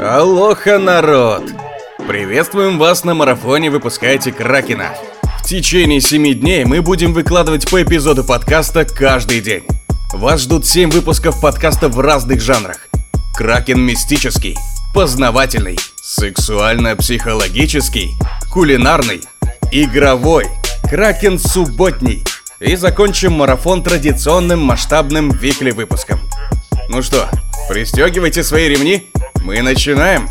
Алоха, народ! Приветствуем вас на марафоне «Выпускайте Кракена». В течение 7 дней мы будем выкладывать по эпизоду подкаста каждый день. Вас ждут 7 выпусков подкаста в разных жанрах. Кракен мистический, познавательный, сексуально-психологический, кулинарный, игровой, Кракен субботний. И закончим марафон традиционным масштабным викли выпуском. Ну что, пристегивайте свои ремни, мы начинаем!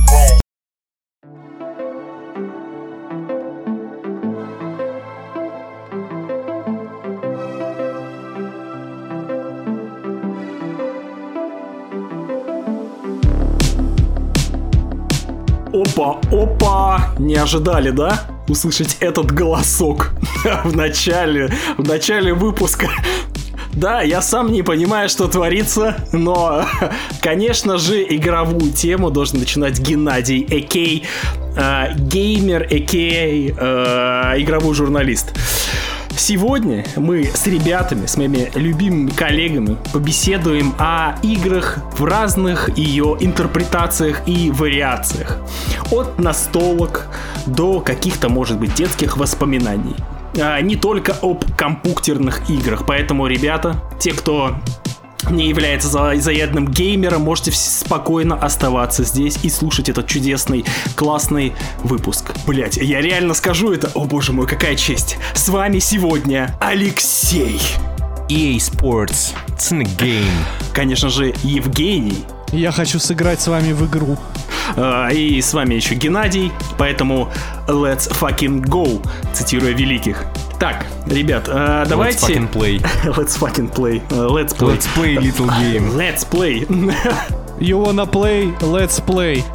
Опа! Не ожидали, да? Услышать этот голосок в начале выпуска. Да, я сам не понимаю, что творится, но, конечно же, игровую тему должен начинать Геннадий, а.к.а. геймер, а.к.а. игровой журналист. Сегодня мы с ребятами, с моими любимыми коллегами побеседуем о играх в разных ее интерпретациях и вариациях. От настолок до каких-то, может быть, детских воспоминаний. Не только об компьютерных играх. Поэтому, ребята, те, кто не является заядлым геймером, можете спокойно оставаться здесь и слушать этот чудесный, классный выпуск. Блять, я реально скажу это. О боже мой, какая честь. С вами сегодня Алексей. EA Sports. It's in a game. Конечно же, Евгений. Я хочу сыграть с вами в игру. И с вами еще Геннадий, поэтому let's fucking go, цитируя великих. Так, ребят, давайте... Let's fucking play. Let's fucking play. Let's play. Let's play little game. Let's play. You wanna play? Let's play.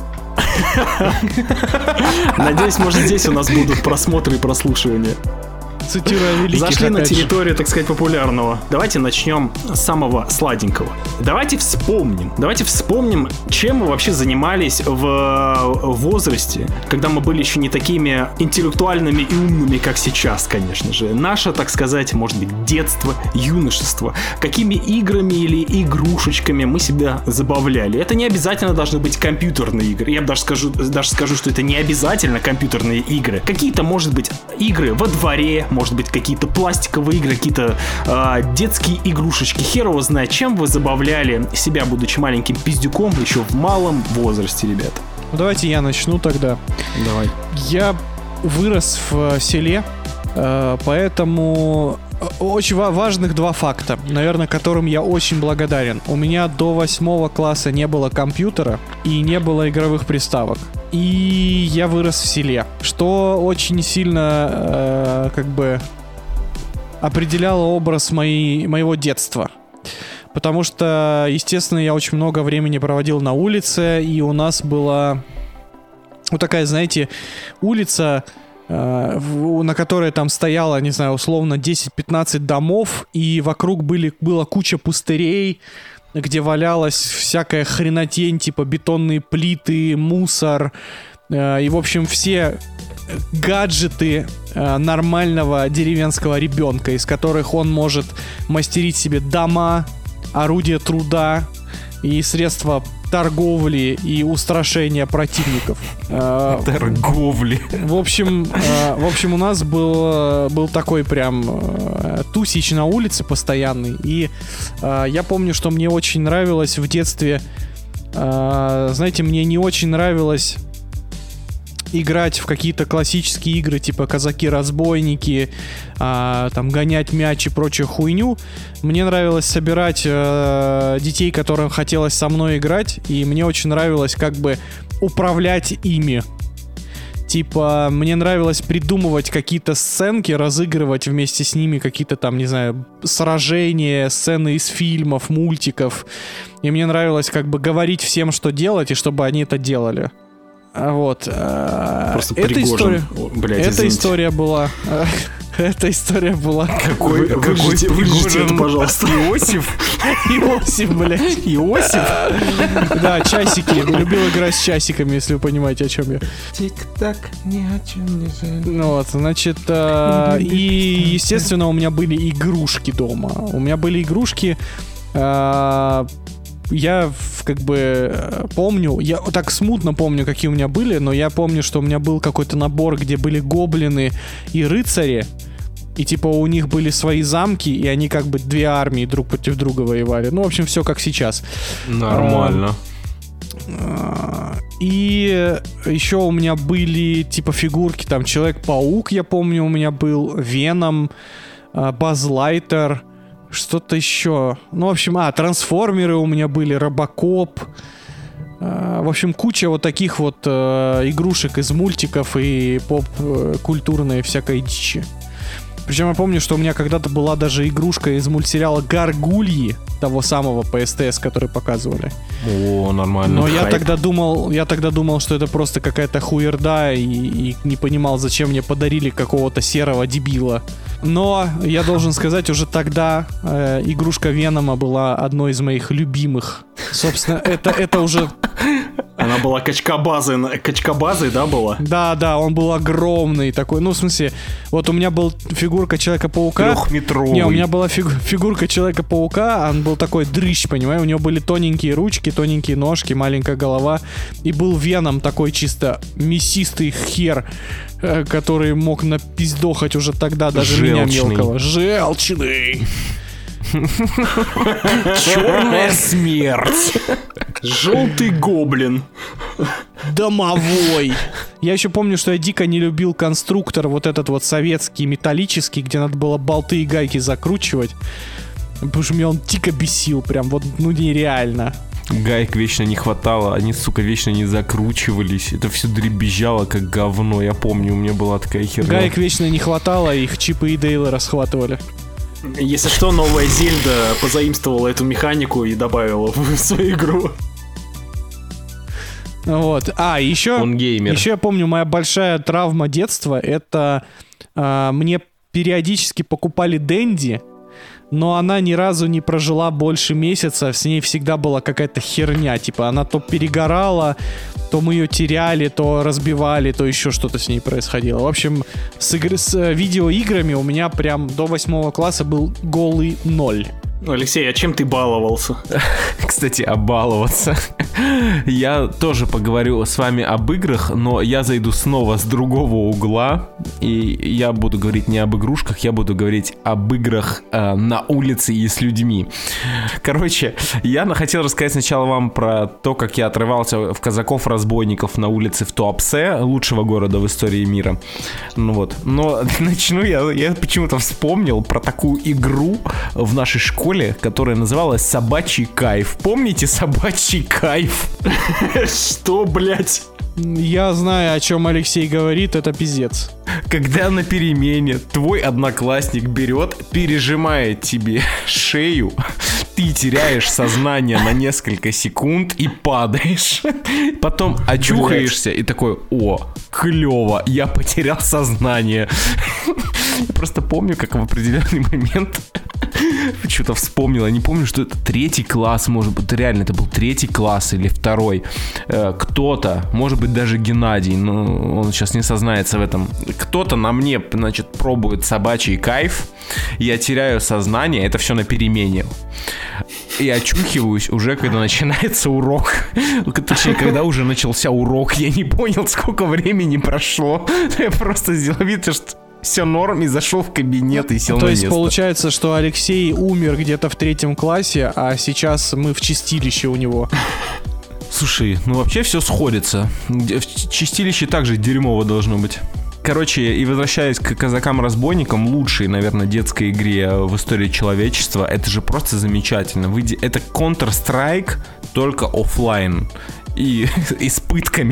Надеюсь, может, здесь у нас будут просмотры и прослушивания. Цитируя великих. Зашли на территорию, так сказать, популярного. Давайте начнем с самого сладенького. Давайте вспомним, чем мы вообще занимались в возрасте, когда мы были еще не такими интеллектуальными и умными, как сейчас, конечно же. Наше, так сказать, может быть, детство, юношество. Какими играми или игрушечками мы себя забавляли. Это не обязательно должны быть компьютерные игры. Я даже скажу, что это не обязательно компьютерные игры. Какие-то, может быть, игры во дворе, может быть, какие-то пластиковые игры, какие-то детские игрушечки. Хер его знает, чем вы забавляли себя, будучи маленьким пиздюком еще в малом возрасте, ребята. Ну, давайте я начну тогда. Давай. Я вырос в селе, поэтому очень важных 2 факта, наверное, которым я очень благодарен. У меня до 8 класса не было компьютера и не было игровых приставок. И я вырос в селе, что очень сильно определяло образ моего детства. Потому что, естественно, я очень много времени проводил на улице, и у нас была вот такая, знаете, улица, на которой там стояло, не знаю, условно 10-15 домов, и вокруг была куча пустырей, где валялась всякая хренотень, типа бетонные плиты, мусор, и, в общем, все гаджеты нормального деревенского ребенка, из которых он может мастерить себе дома, орудия труда и средства торговли и устрашения противников. Торговли. В общем, у нас был такой прям тусич на улице постоянный. И я помню, что мне очень нравилось в детстве. Знаете, мне не очень нравилось играть в какие-то классические игры, типа казаки-разбойники, там гонять мяч и прочую хуйню. Мне нравилось собирать детей, которым хотелось со мной играть, и мне очень нравилось как бы управлять ими. Типа, мне нравилось придумывать какие-то сценки, разыгрывать вместе с ними какие-то там, не знаю, сражения, сцены из фильмов, мультиков. И мне нравилось как бы говорить всем, что делать, и чтобы они это делали. Вот. Просто эта история, история была. Эта история была. Какой выжите это, пожалуйста. Иосиф, блядь. Иосиф? Да, часики. Любил играть с часиками, если вы понимаете, о чем я. Тик-так, ни о чем не жаль. Ну вот, значит, и, естественно, у меня были игрушки дома. У меня были игрушки. я как бы помню, я так смутно помню, какие у меня были, но я помню, что у меня был какой-то набор, где были гоблины и рыцари, и типа у них были свои замки, и они как бы две армии друг против друга воевали. Ну, в общем, все как сейчас. Нормально. И еще у меня были типа фигурки, там Человек-паук, я помню, у меня был Веном, Базлайтер, что-то еще. Ну, в общем, трансформеры у меня были, Робокоп. В общем, куча вот таких вот игрушек из мультиков и поп-культурной всякой дичи. Причем я помню, что у меня когда-то была даже игрушка из мультсериала «Гаргульи», того самого по СТС, который показывали. О, нормально. Но я тогда думал, что это просто какая-то хуерда, и не понимал, зачем мне подарили какого-то серого дебила. Но я должен сказать, уже тогда игрушка Венома была одной из моих любимых. Собственно, это уже... Она была качкобазой, да, была? Да, он был огромный такой. Ну, в смысле, вот у меня был фигурка Человека-паука. 3-метровый. Не, у меня была фигурка Человека-паука, он был такой дрыщ, понимаешь? У него были тоненькие ручки, тоненькие ножки, маленькая голова. И был Веном такой чисто мясистый хер, который мог напиздохать уже тогда даже меня мелкого. Желчный. Черная смерть. Желтый гоблин. Домовой. Я еще помню, что я дико не любил конструктор вот этот вот советский, металлический, где надо было болты и гайки закручивать. Потому что меня он дико бесил, прям вот, ну нереально. Гаек вечно не хватало, они, сука, вечно не закручивались. Это все дребезжало, как говно. Я помню, у меня была такая херня. Гаек вечно не хватало, их Чипы и Дейлы расхватывали. Если что, новая Зельда позаимствовала эту механику и добавила в свою игру. Вот. Еще я помню, моя большая травма детства, это мне периодически покупали Дэнди, но она ни разу не прожила больше месяца, с ней всегда была какая-то херня, типа она то перегорала, то мы ее теряли, то разбивали, то еще что-то с ней происходило. В общем, с видеоиграми у меня прям до 8 класса был голый 0. Алексей, а чем ты баловался? Кстати, обаловаться. Я тоже поговорю с вами об играх, но я зайду снова с другого угла. И я буду говорить не об игрушках, я буду говорить об играх на улице и с людьми. Короче, я хотел рассказать сначала вам про то, как я отрывался в казаков-разбойников на улице в Туапсе, лучшего города в истории мира. Ну вот. Но начну я почему-то вспомнил про такую игру в нашей школе, которая называлась «Собачий кайф». Помните «Собачий кайф»? Что, блять? Я знаю, о чем Алексей говорит, это пиздец. Когда на перемене твой одноклассник берет, пережимает тебе шею, ты теряешь сознание на несколько секунд и падаешь. Потом очухаешься и такой: о, клево, я потерял сознание. Я просто помню, как в определенный момент почему-то вспомнил, я не помню, что это 3 класс, может быть, реально это был 3 класс или 2. Кто-то, может быть, даже Геннадий, но он сейчас не сознается в этом. Кто-то на мне, значит, пробует собачий кайф, я теряю сознание, это все на перемене. И очухиваюсь уже, когда начинается урок. Точнее, когда уже начался урок, я не понял, сколько времени прошло. Я просто сделал вид, что все норм, и зашел в кабинет и сел на место. То есть получается, что Алексей умер где-то в 3 классе, а сейчас мы в чистилище у него. Слушай, ну вообще все сходится. В чистилище также дерьмово должно быть. Короче, и возвращаясь к казакам-разбойникам, лучшей, наверное, детской игре в истории человечества, это же просто замечательно. Это Counter-Strike, только офлайн. И с пытками.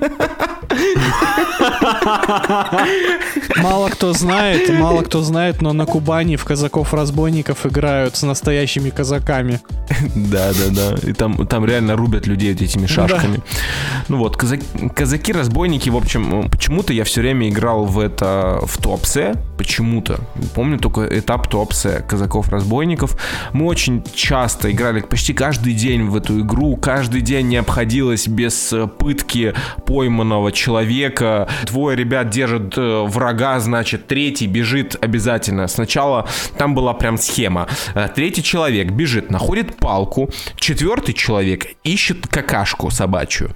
Мало кто знает, но на Кубани в казаков-разбойников играют с настоящими казаками. Да. И там реально рубят людей этими шашками. Да. Ну вот, казаки-разбойники, в общем, почему-то я все время играл в Туапсе. Почему-то. Помню только этап Туапсе, казаков-разбойников. Мы очень часто играли, почти каждый день в эту игру. Каждый день не обходилось без пытки пойманного человека человека, двое ребят держат врага, значит, третий бежит обязательно. Сначала там была прям схема. Третий человек бежит, находит палку, четвертый человек ищет какашку собачью.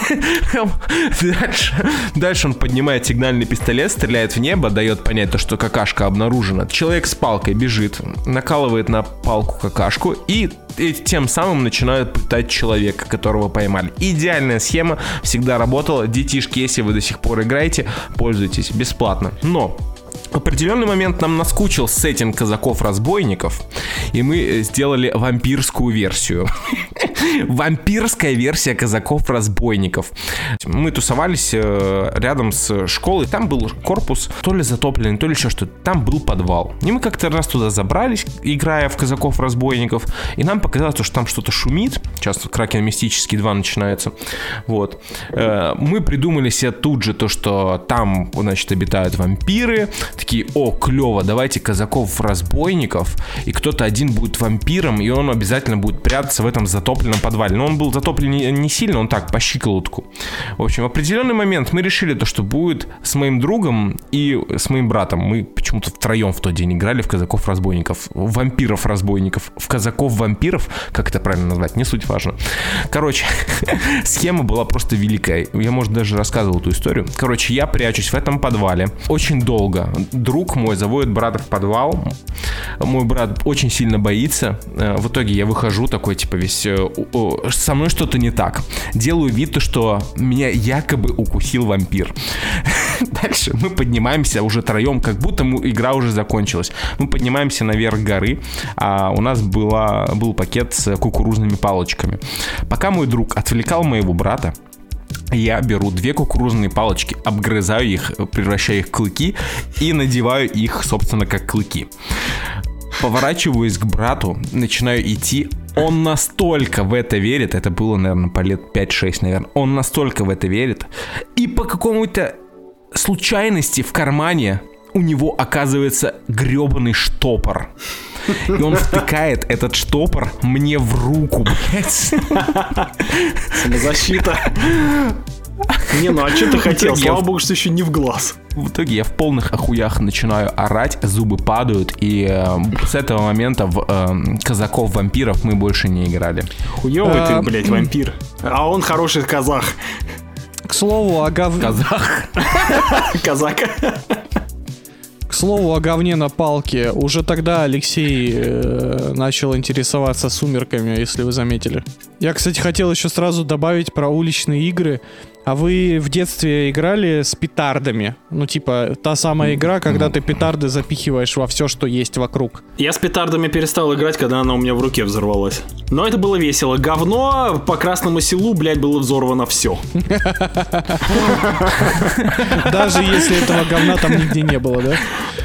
Дальше он поднимает сигнальный пистолет, стреляет в небо, дает понять то, что какашка обнаружена. Человек с палкой бежит, накалывает на палку какашку и тем самым начинают пытать человека, которого поймали. Идеальная схема, всегда работала. Детишки, если вы до сих пор играете, пользуйтесь бесплатно. Но в определенный момент нам наскучил сеттинг казаков-разбойников, и мы сделали вампирскую версию. Вампирская версия казаков-разбойников. Мы тусовались рядом с школой, там был корпус, то ли затопленный, то ли еще что-то. Там был подвал. И мы как-то раз туда забрались, играя в казаков-разбойников, и нам показалось, что там что-то шумит. Сейчас Кракен Мистический 2 начинается. Вот. Мы придумали себе тут же то, что там, значит, обитают вампиры. Такие, о, клево, давайте казаков-разбойников, и кто-то один будет вампиром, и он обязательно будет прятаться в этом затопленном подвале. Но он был затоплен не сильно, он так, по щиколотку. В общем, в определенный момент мы решили то, что будет с моим другом и с моим братом. Мы почему-то втроем в тот день играли в казаков-разбойников, вампиров-разбойников, в казаков-вампиров, как это правильно назвать, не суть важно. Короче, схема была просто великая. Я, может, даже рассказывал эту историю. Короче, я прячусь в этом подвале очень долго. Друг мой заводит брата в подвал. Мой брат очень сильно боится. В итоге я выхожу такой, типа, весь... Со мной что-то не так. Делаю вид, что меня якобы укусил вампир. Дальше мы поднимаемся уже троем, как будто игра уже закончилась. Мы поднимаемся наверх горы, а у нас был пакет с кукурузными палочками. Пока мой друг отвлекал моего брата, я беру 2 кукурузные палочки, обгрызаю их, превращаю их в клыки и надеваю их, собственно, как клыки. Поворачиваюсь к брату, начинаю идти. Он настолько в это верит, это было, наверное, по лет 5-6, наверное. Он настолько в это верит. И по какому-то случайности в кармане у него оказывается гребаный штопор. И он втыкает этот штопор мне в руку, блядь. Самозащита. Не, ну а что ты хотел? Слава богу, что еще не в глаз. В итоге я в полных охуях начинаю орать, зубы падают, и с этого момента в казаков-вампиров мы больше не играли. Хуёвый ты, блядь, вампир. А он хороший казах. К слову о Казах. Казак. К слову о говне на палке. Уже тогда Алексей начал интересоваться «Сумерками», если вы заметили. Я, кстати, хотел еще сразу добавить про уличные игры. А вы в детстве играли с петардами? Ну, типа, та самая игра, когда ты петарды запихиваешь во все, что есть вокруг. Я с петардами перестал играть, когда она у меня в руке взорвалась. Но это было весело. Говно по Красному Селу, блядь, было взорвано все. Даже если этого говна там нигде не было, да?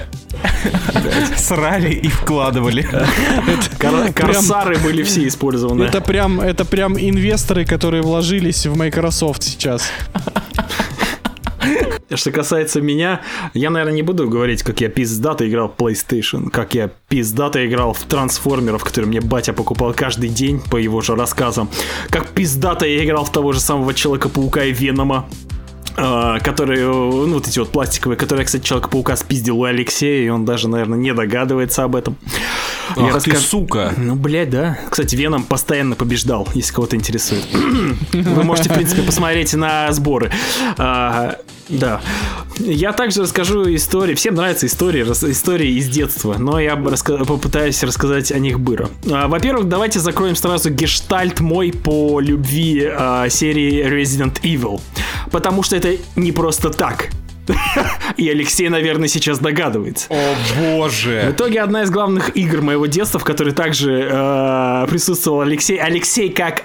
Срали и вкладывали. Корсары были все использованы. Это прям инвесторы, которые вложились в Microsoft сейчас. Что касается меня, я, наверное, не буду говорить, как я пиздато играл в PlayStation, как я пиздато играл в Трансформеров, которые мне батя покупал каждый день, по его же рассказам. Как пиздато я играл в того же самого Человека-паука и Венома. Которые, ну, вот эти вот пластиковые, которые, кстати, Человека-паука спиздил у Алексея, и он даже, наверное, не догадывается об этом. Ах ты, сука! Ну, блядь, да. Кстати, Веном постоянно побеждал, если кого-то интересует. Вы можете, в принципе, посмотреть на сборы. Да. Я также расскажу истории. Всем нравятся истории из детства, но я попытаюсь рассказать о них быстро. Во-первых, давайте закроем сразу гештальт мой по любви серии Resident Evil. Потому что это не просто так. И Алексей, наверное, сейчас догадывается. О боже! В итоге одна из главных игр моего детства, в которой также присутствовал Алексей. Алексей как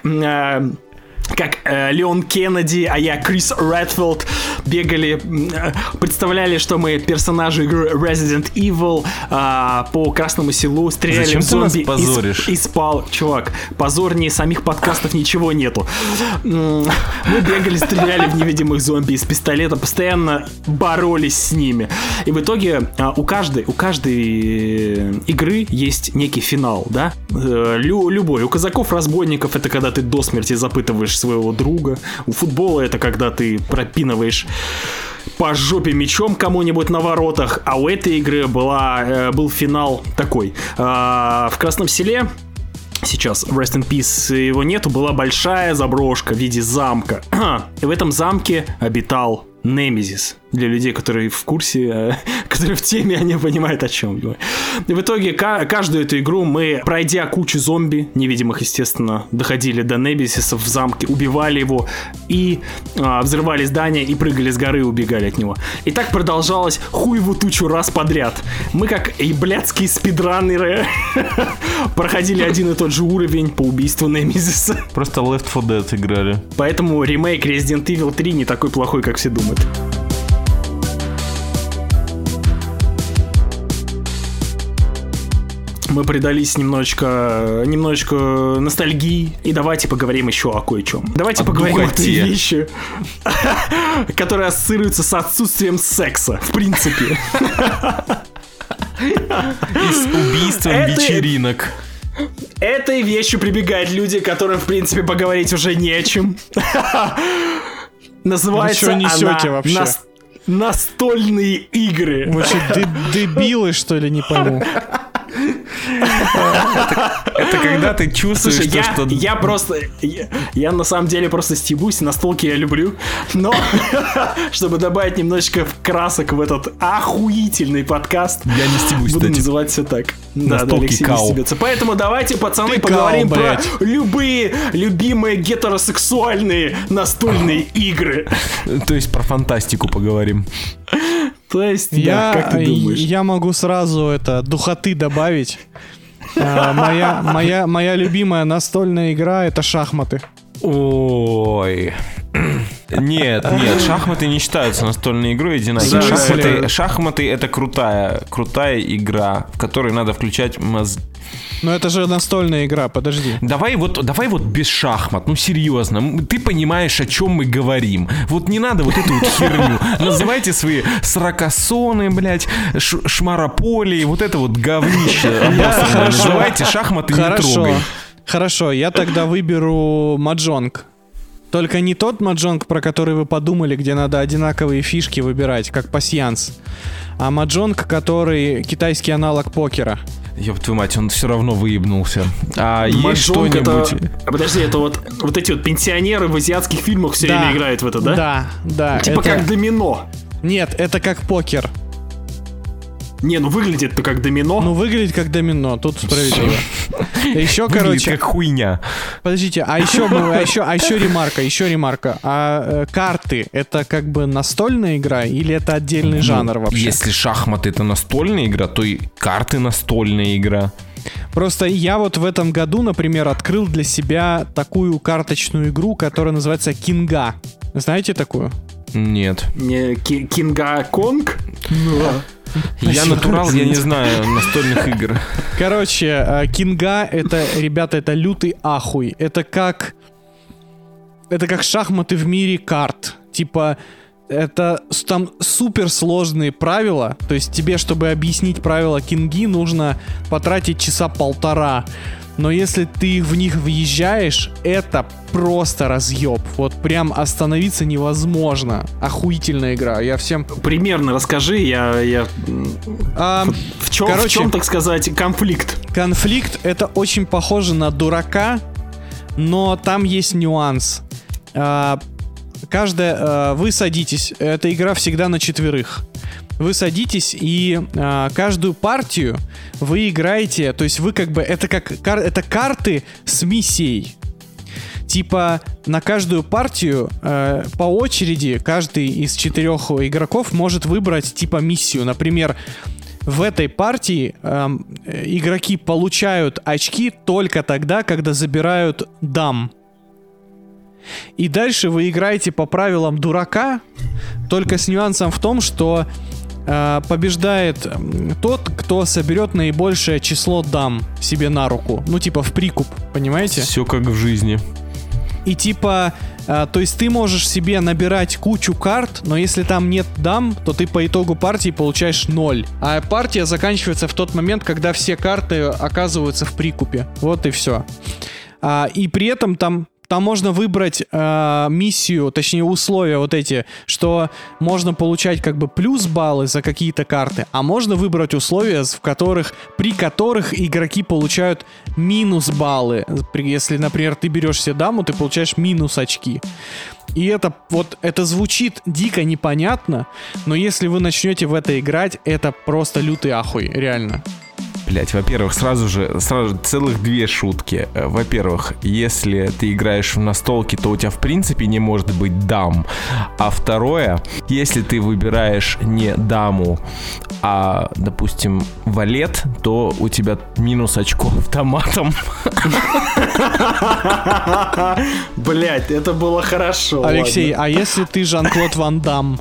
Леон Кеннеди, а я Крис Редфилд, бегали, представляли, что мы персонажи игры Resident Evil, по Красному Селу стреляли. Зачем в зомби. ты нас позоришь? Чувак, позорнее самих подкастов ничего нету. Мы бегали, стреляли в невидимых зомби из пистолета, постоянно боролись с ними. И в итоге у каждой игры есть некий финал, да? Любой. У казаков-разбойников это когда ты до смерти запытываешь обыгрываешь своего друга. У футбола это когда ты пропинываешь по жопе мячом кому-нибудь на воротах. А у этой игры был финал такой. В Красном Селе, сейчас Rest in Peace его нету, была большая заброшка в виде замка. И в этом замке обитал Немезис. Для людей, которые в курсе, которые в теме, они понимают, о чем я. И в итоге каждую эту игру мы, пройдя кучу зомби, невидимых, естественно, доходили до Немезиса в замке, убивали его и взрывали здания и прыгали с горы и убегали от него. И так продолжалось хуеву тучу раз подряд. Мы, как блядские спидранеры, проходили один и тот же уровень по убийству Немезиса. Просто Left 4 Dead играли. Поэтому ремейк Resident Evil 3 не такой плохой, как все думают. Мы предались немножечко ностальгии. И давайте поговорим еще о кое-чем. Давайте поговорим о той вещи, которые ассоциируются с отсутствием секса, в принципе. И с убийством вечеринок. Этой вещью прибегают люди, которым, в принципе, поговорить уже не о чем. Называется она вообще? Настольные игры. Вы что, дебилы, что ли, не пойму? Это когда ты чувствуешь, слушай, что... Я на самом деле просто стебусь, настолки я люблю, но чтобы добавить немножечко красок в этот охуительный подкаст, я не стебусь, буду кстати. называть все так. Настолки да, Алексей не стебется. Поэтому давайте, пацаны, поговорим про любые любимые гетеросексуальные настольные игры. То есть про фантастику поговорим. То есть, как ты думаешь? Я могу сразу духоты добавить. Моя любимая настольная игра — это шахматы. Ой. Нет, шахматы не считаются настольной игрой, Динамик. Шахматы — это крутая игра, в которой надо включать мозги. Но это же настольная игра, подожди. Давай вот без шахмат, ну серьезно. Ты понимаешь, о чем мы говорим. Вот не надо вот эту вот херню. Называйте свои сорокасоны, блядь, шмарополии, вот это вот говнище. Называйте шахматы, не трогай. Хорошо, я тогда выберу маджонг. Только не тот маджонг, про который вы подумали, где надо одинаковые фишки выбирать, как пасьянс, а маджонг, который китайский аналог покера. Ёб твою мать, он все равно выебнулся. А есть что-нибудь... Подожди, это вот эти вот пенсионеры в азиатских фильмах все время играют в это, да? Да. Типа как домино. Нет, это как покер. Не, ну выглядит-то как домино. Ну выглядит как домино, тут справедливо. Еще, короче, как хуйня. Подождите, а еще ремарка. Карты — это как бы настольная игра или это отдельный жанр вообще? Если шахматы — это настольная игра, то и карты — настольная игра. Просто я вот в этом году, например, открыл для себя такую карточную игру, которая называется Кинга. Знаете такую? Нет. Кинга Конг? Я натурал, я не знаю настольных игр. Короче, Кинга — это, ребята, это лютый ахуй. Это как шахматы в мире карт. Типа, это там суперсложные правила. То есть тебе, чтобы объяснить правила Кинги, нужно потратить часа 1.5. Но если ты в них въезжаешь, это просто разъеб. Вот прям остановиться невозможно. Охуительная игра. Я всем... Примерно расскажи, в чем, так сказать, конфликт? Конфликт — это очень похоже на дурака, но там есть нюанс. Вы садитесь, эта игра всегда на 4. Вы садитесь и каждую партию вы играете, то есть вы как бы, это карты с миссией. Типа на каждую партию по очереди каждый из 4 игроков может выбрать типа миссию. Например, в этой партии игроки получают очки только тогда, когда забирают дам. И дальше вы играете по правилам дурака, только с нюансом в том, что побеждает тот, кто соберет наибольшее число дам себе на руку. Ну, типа в прикуп, понимаете? Все как в жизни. И типа, то есть ты можешь себе набирать кучу карт, но если там нет дам, то ты по итогу партии получаешь 0. А партия заканчивается в тот момент, когда все карты оказываются в прикупе. Вот и все. И при этом там Там можно выбрать миссию, точнее условия вот эти, что можно получать как бы плюс баллы за какие-то карты, а можно выбрать условия, при которых игроки получают минус баллы. Если, например, ты берешь себе даму, ты получаешь минус очки. И это звучит дико непонятно, но если вы начнете в это играть, это просто лютый ахуй, реально. Блять, во-первых, сразу же целых две шутки. Во-первых, если ты играешь в настолки, то у тебя в принципе не может быть дам. А второе, если ты выбираешь не даму, а, допустим, валет, то у тебя минус очков автоматом. Блять, это было хорошо. Алексей, а если ты Жан-Клод Ван Дам?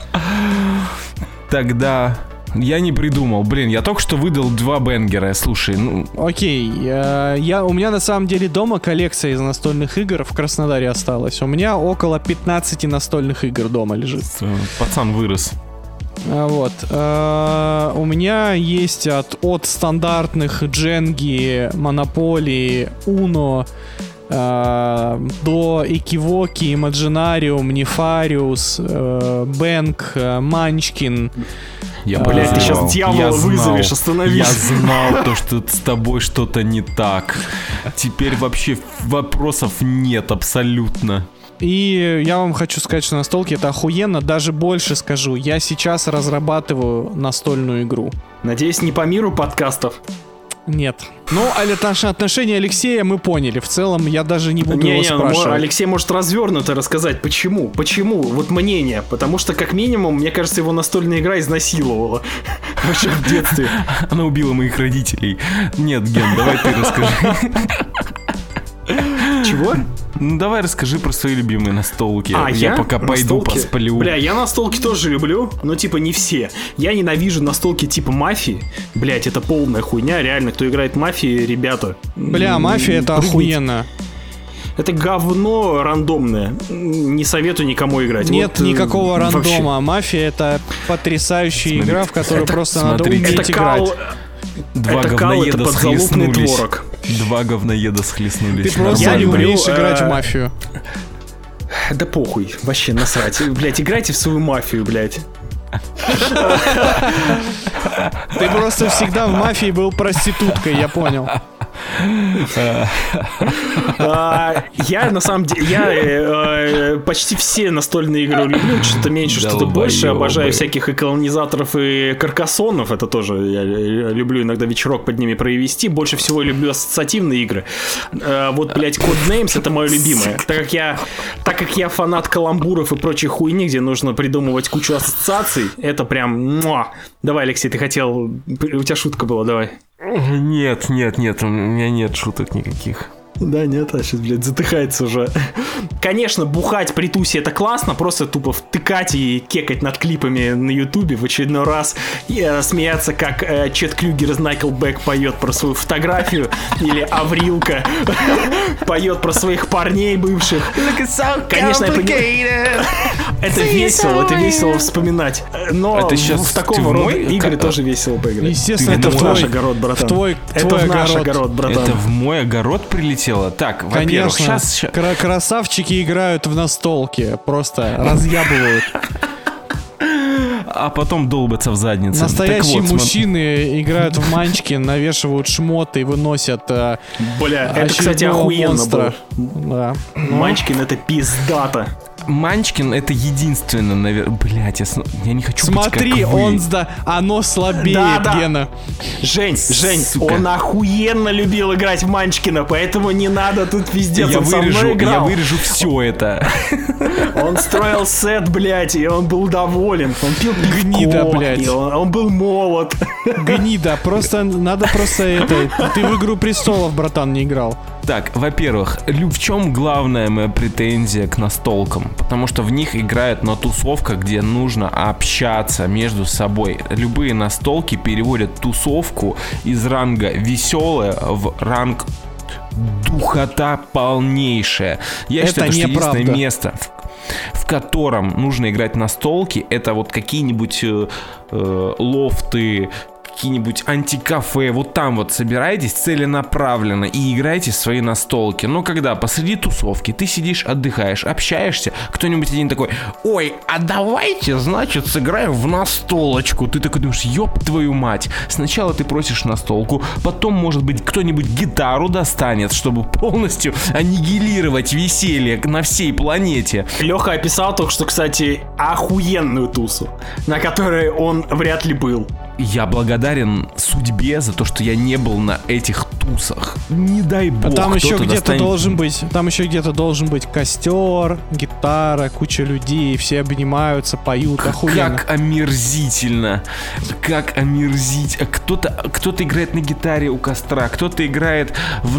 Тогда... Я не придумал. Блин, я только что выдал 2 бенгера. Слушай, Окей, у меня на самом деле дома коллекция из настольных игр в Краснодаре осталась. У меня около 15 настольных игр дома лежит. Пацан вырос. Вот. У меня есть от стандартных Дженги, Монополии, Уно, до Экивоки, Имаджинариум, Нефариус, Бэнк, Манчкин. Блять, ты сейчас дьявола вызовешь, остановись. Я знал то, что с тобой что-то не так. Теперь вообще вопросов нет абсолютно. И я вам хочу сказать, что настолки это охуенно. Даже больше скажу, я сейчас разрабатываю настольную игру. Надеюсь, не по миру подкастов? Нет. Ну, отношения Алексея мы поняли. В целом, я даже не буду его спрашивать. Алексей может развернуто рассказать, почему. Почему? Вот мнение. Потому что, как минимум, мне кажется, его настольная игра изнасиловала. Вообще в детстве. Она убила моих родителей. Нет, Ген, давай ты расскажи. Чего? Ну давай расскажи про свои любимые настолки. Я пока пойду посплю. Бля, я настолки тоже люблю, но типа не все. Я ненавижу настолки типа Мафии. Блять, это полная хуйня, реально. Кто играет в Мафии, ребята. Бля, Мафия это охуенно. Это говно рандомное. Не советую никому играть. Нет никакого рандома. Мафия это потрясающая игра, в которую просто надо уметь играть. Два говноеда схлестнулись. 2 говноеда схлестнулись. Ты просто не умеешь играть в Мафию. Да похуй, вообще насрать. Блять, играйте в свою Мафию, блять. Ты просто всегда в Мафии был проституткой, я понял. Я на самом деле, я почти все настольные игры люблю, что-то меньше, что-то больше. Обожаю всяких и колонизаторов, и каркасонов. Это тоже я люблю иногда вечерок под ними провести. Больше всего я люблю ассоциативные игры. Вот, блять, Codenames это мое любимое. Так как я фанат каламбуров и прочей хуйни, где нужно придумывать кучу ассоциаций, это прям... Давай, Алексей, ты хотел... У тебя шутка была, давай. Нет, у меня нет шуток никаких. Да, нет, сейчас, блядь, затыхается уже. Конечно, бухать при тусе это классно, просто тупо втыкать и кекать над клипами на ютубе в очередной раз, и смеяться, как Чет Клюгер из Nickelback поет про свою фотографию, или Аврилка поет про своих парней бывших. Конечно, я понимаю. Это весело вспоминать. Но это сейчас в такого рода игры тоже весело поиграть. Естественно, это в наш огород, братан. Это в наш огород, братан. Это в мой огород прилетело? Так, во-первых, сейчас... Красавчики играют в настолки, просто разъябывают. А потом долбятся в задницу. Настоящие мужчины играют в Манчкин, навешивают шмоты и выносят Бля, это, кстати, охуенно было. Да. Манчкин это пиздато. Манчкин это единственное, наверное... Блять, я не хочу Смотри, быть как вы. оно слабеет, да. Гена. Жень, он охуенно любил играть в Манчкина, поэтому не надо тут пиздец, он со мной играл. Я вырежу все это. Он строил сет, блять, и он был доволен. Он пил гнида, блять. Он был молод. Гнида, надо это... Ты в Игру Престолов, братан, не играл. Так, во-первых, в чем главная моя претензия к настолкам? Потому что в них играют на тусовках, где нужно общаться между собой. Любые настолки переводят тусовку из ранга веселая в ранг духота полнейшая. Я считаю, что единственное место, в котором нужно играть настолки, это вот какие-нибудь лофты, какие-нибудь антикафе, вот там вот собираетесь целенаправленно и играете в свои настолки. Но когда посреди тусовки ты сидишь, отдыхаешь, общаешься, кто-нибудь один такой: ой, а давайте, значит, сыграем в настолочку. Ты такой думаешь: ёб твою мать. Сначала ты просишь настолку, потом, может быть, кто-нибудь гитару достанет, чтобы полностью аннигилировать веселье на всей планете. Леха описал только что, кстати, охуенную тусу, на которой он вряд ли был. Я благодарен судьбе за то, что я не был на этих тусах. Не дай бог. А там еще где-то достанет... должен быть костер, гитара, куча людей, все обнимаются, поют, охуенно. Как омерзительно. Как омерзительно. Кто-то играет на гитаре у костра, кто-то играет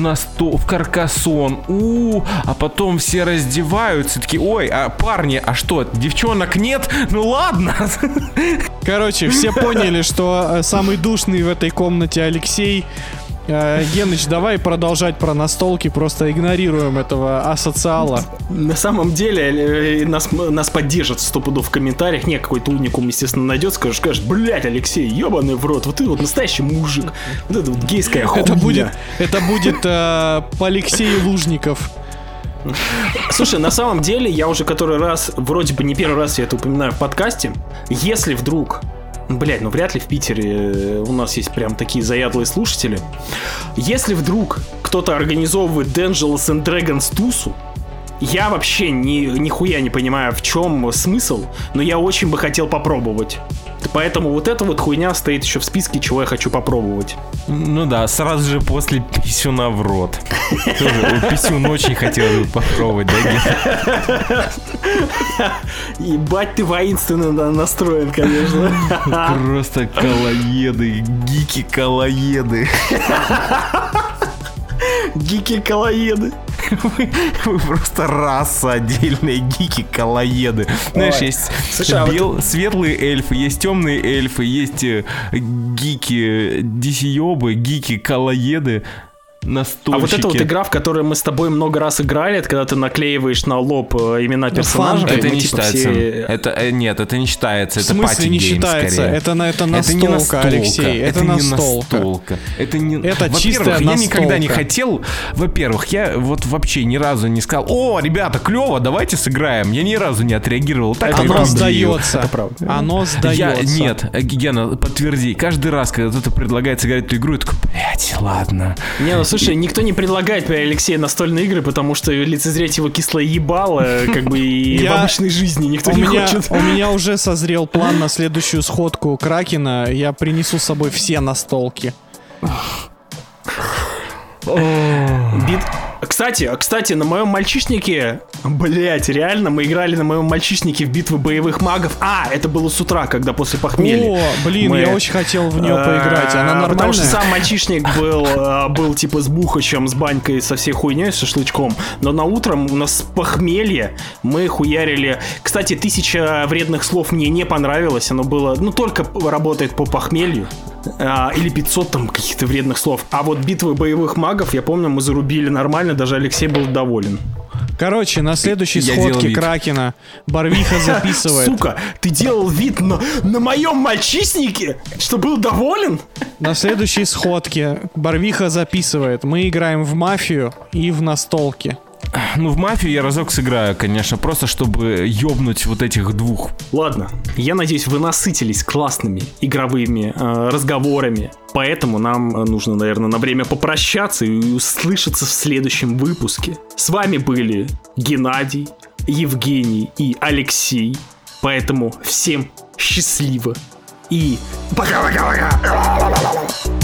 в каркасон. А потом все раздеваются, такие: ой, а парни, а что, девчонок нет? Ну ладно. Короче, все поняли, что самый душный в этой комнате Алексей. Геныч, давай продолжать про настолки, просто игнорируем этого асоциала. На самом деле нас поддержат стопудов в комментариях. Не, какой-то уникум, естественно, найдет, скажет: блять, Алексей, ебаный в рот, вот ты вот настоящий мужик. Вот это вот гейская хуйня. Это будет по Алексею Лужников. Слушай, на самом деле, я уже который раз, вроде бы не первый раз я это упоминаю в подкасте. Если вдруг... Блять, ну вряд ли в Питере у нас есть прям такие заядлые слушатели. Если вдруг кто-то организовывает Dungeons and Dragons тусу, я вообще нихуя не понимаю, в чем смысл, но я очень бы хотел попробовать. Поэтому вот эта вот хуйня стоит еще в списке, чего я хочу попробовать. Ну да, сразу же после писюна в рот. Тоже писюн очень хотел бы попробовать, да, Ген? Ебать, ты воинственно настроен, конечно. Просто колоеды, гики-колоеды. Гики-колоеды. Вы просто раса отдельная, гики-колоеды. Знаешь, есть светлые эльфы, есть темные эльфы, есть гики-дисиёбы, гики-колоеды. Настольщики. А вот эта вот игра, в которой мы с тобой много раз играли, это когда ты наклеиваешь на лоб имена персонажей. Это не считается. Нет, это не считается. Это в смысле не считается? Это настолка, Алексей. Это настолка. Это чистая настолка. Я никогда не хотел. Во-первых, я вот вообще ни разу не сказал: о, ребята, клево, давайте сыграем. Я ни разу не отреагировал. Так оно сдается. Это правда. Оно сдается. Нет, Гена, подтверди. Каждый раз, когда кто-то предлагает сыграть эту игру, я такой: блять, ладно. Не, ну слушай, никто не предлагает при Алексею настольные игры, потому что лицезреть его кислое ебало, как бы и в обычной жизни никто не хочет. У меня уже созрел план на следующую сходку Кракена. Я принесу с собой все настолки. Кстати, на моем мальчишнике, блять, реально, мы играли на моем мальчишнике в битвы боевых магов. Это было с утра, когда после похмелья. О, блин, я очень хотел в нее поиграть. Она нормальная? Потому что сам мальчишник был типа с бухачем, с банькой, со всей хуйней, с шашлычком. Но на утром у нас похмелье, мы хуярили. Кстати, 1000 вредных слов мне не понравилось. Оно было, только работает по похмелью. Или 500 там каких-то вредных слов. А вот битвы боевых магов, я помню, мы зарубили нормально, даже Алексей был доволен. Короче, на следующей сходке Кракена Барвиха записывает. Сука, ты делал вид на моем мальчишнике, что был доволен? На следующей сходке Барвиха записывает: мы играем в мафию и в настолки. Ну, в мафию я разок сыграю, конечно, просто чтобы ёбнуть вот этих двух. Ладно, я надеюсь, вы насытились классными игровыми разговорами. Поэтому нам нужно, наверное, на время попрощаться и услышаться в следующем выпуске. С вами были Геннадий, Евгений и Алексей. Поэтому всем счастливо и пока-пока-пока!